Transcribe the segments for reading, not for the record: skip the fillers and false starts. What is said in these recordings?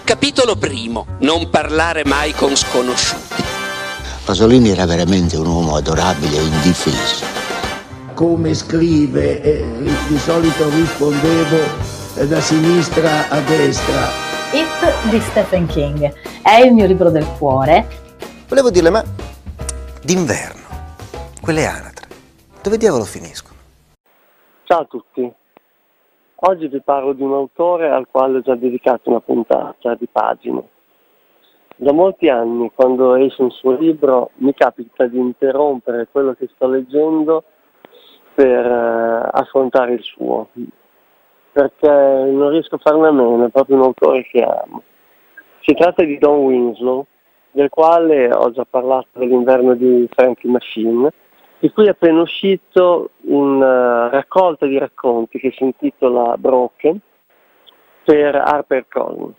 Capitolo primo. Non parlare mai con sconosciuti. Pasolini era veramente un uomo adorabile e indifeso. Come scrive, di solito rispondevo da sinistra a destra. It di Stephen King è il mio libro del cuore. Volevo dirle, ma d'inverno, quelle anatre, dove diavolo finiscono? Ciao a tutti. Oggi vi parlo di un autore al quale ho già dedicato una puntata di pagine. Da molti anni, quando esce un suo libro, mi capita di interrompere quello che sto leggendo per affrontare il suo, perché non riesco a farne a meno, è proprio un autore che amo. Si tratta di Don Winslow, del quale ho già parlato dell'inverno di Frankie Machine, di cui è appena uscito una raccolta di racconti che si intitola Broken per HarperCollins.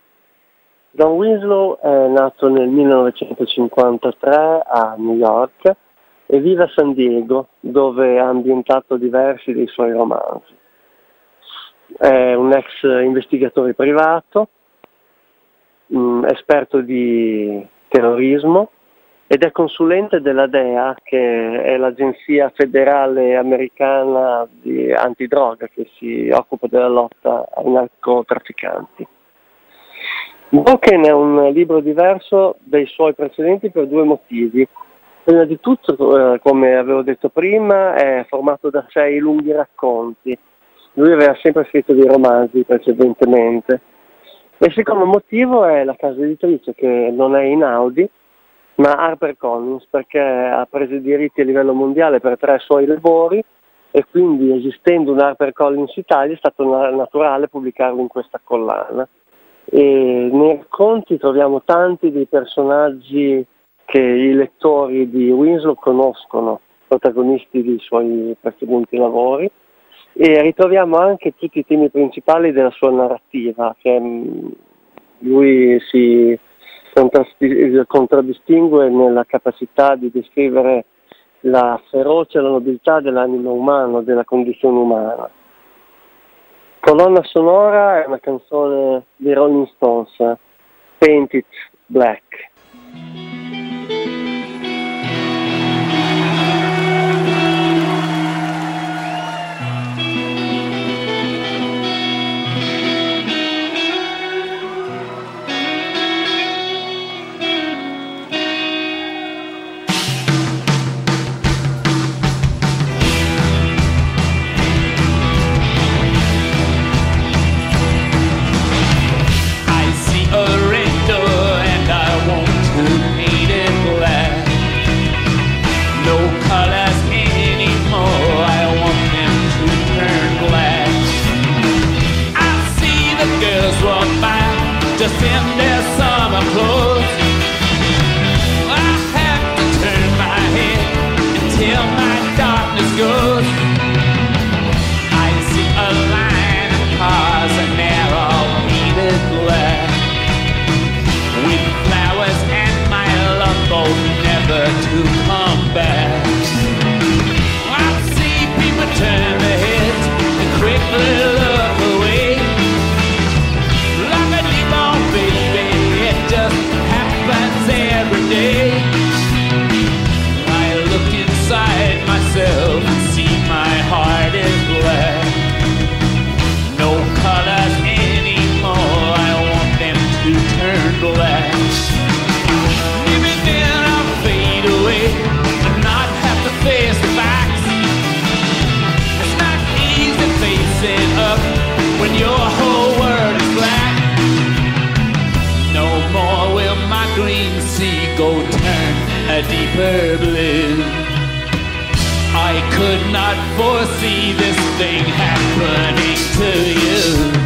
Don Winslow è nato nel 1953 a New York e vive a San Diego, dove ha ambientato diversi dei suoi romanzi. È un ex investigatore privato, esperto di terrorismo, ed è consulente della DEA, che è l'agenzia federale americana di antidroga che si occupa della lotta ai narcotrafficanti. Broken è un libro diverso dai suoi precedenti per due motivi. Prima di tutto, come avevo detto prima, è formato da 6 lunghi racconti. Lui aveva sempre scritto dei romanzi precedentemente. E il secondo motivo è la casa editrice, che non è Einaudi, ma HarperCollins, perché ha preso i diritti a livello mondiale per 3 suoi lavori e quindi, esistendo un HarperCollins Italia, è stato naturale pubblicarlo in questa collana. E nei racconti troviamo tanti dei personaggi che i lettori di Winslow conoscono, protagonisti dei suoi precedenti lavori, e ritroviamo anche tutti i temi principali della sua narrativa, che lui si contraddistingue nella capacità di descrivere la ferocia e la nobiltà dell'animo umano, della condizione umana. Colonna sonora è una canzone di Rolling Stones, Paint It Black. Just in their summer clothes, I have to turn my head until my darkness goes. I see a line of cars and they're all painted black, with flowers and my love both never to come back. I see people turn their heads and quickly look away. Every day I look inside myself and see my heart is black. No colors anymore, I want them to turn black. Maybe then I'll fade away and not have to face the facts. It's not easy facing up when your whole world is black. No more will my green sea go turn a deeper blue. I could not foresee this thing happening to you.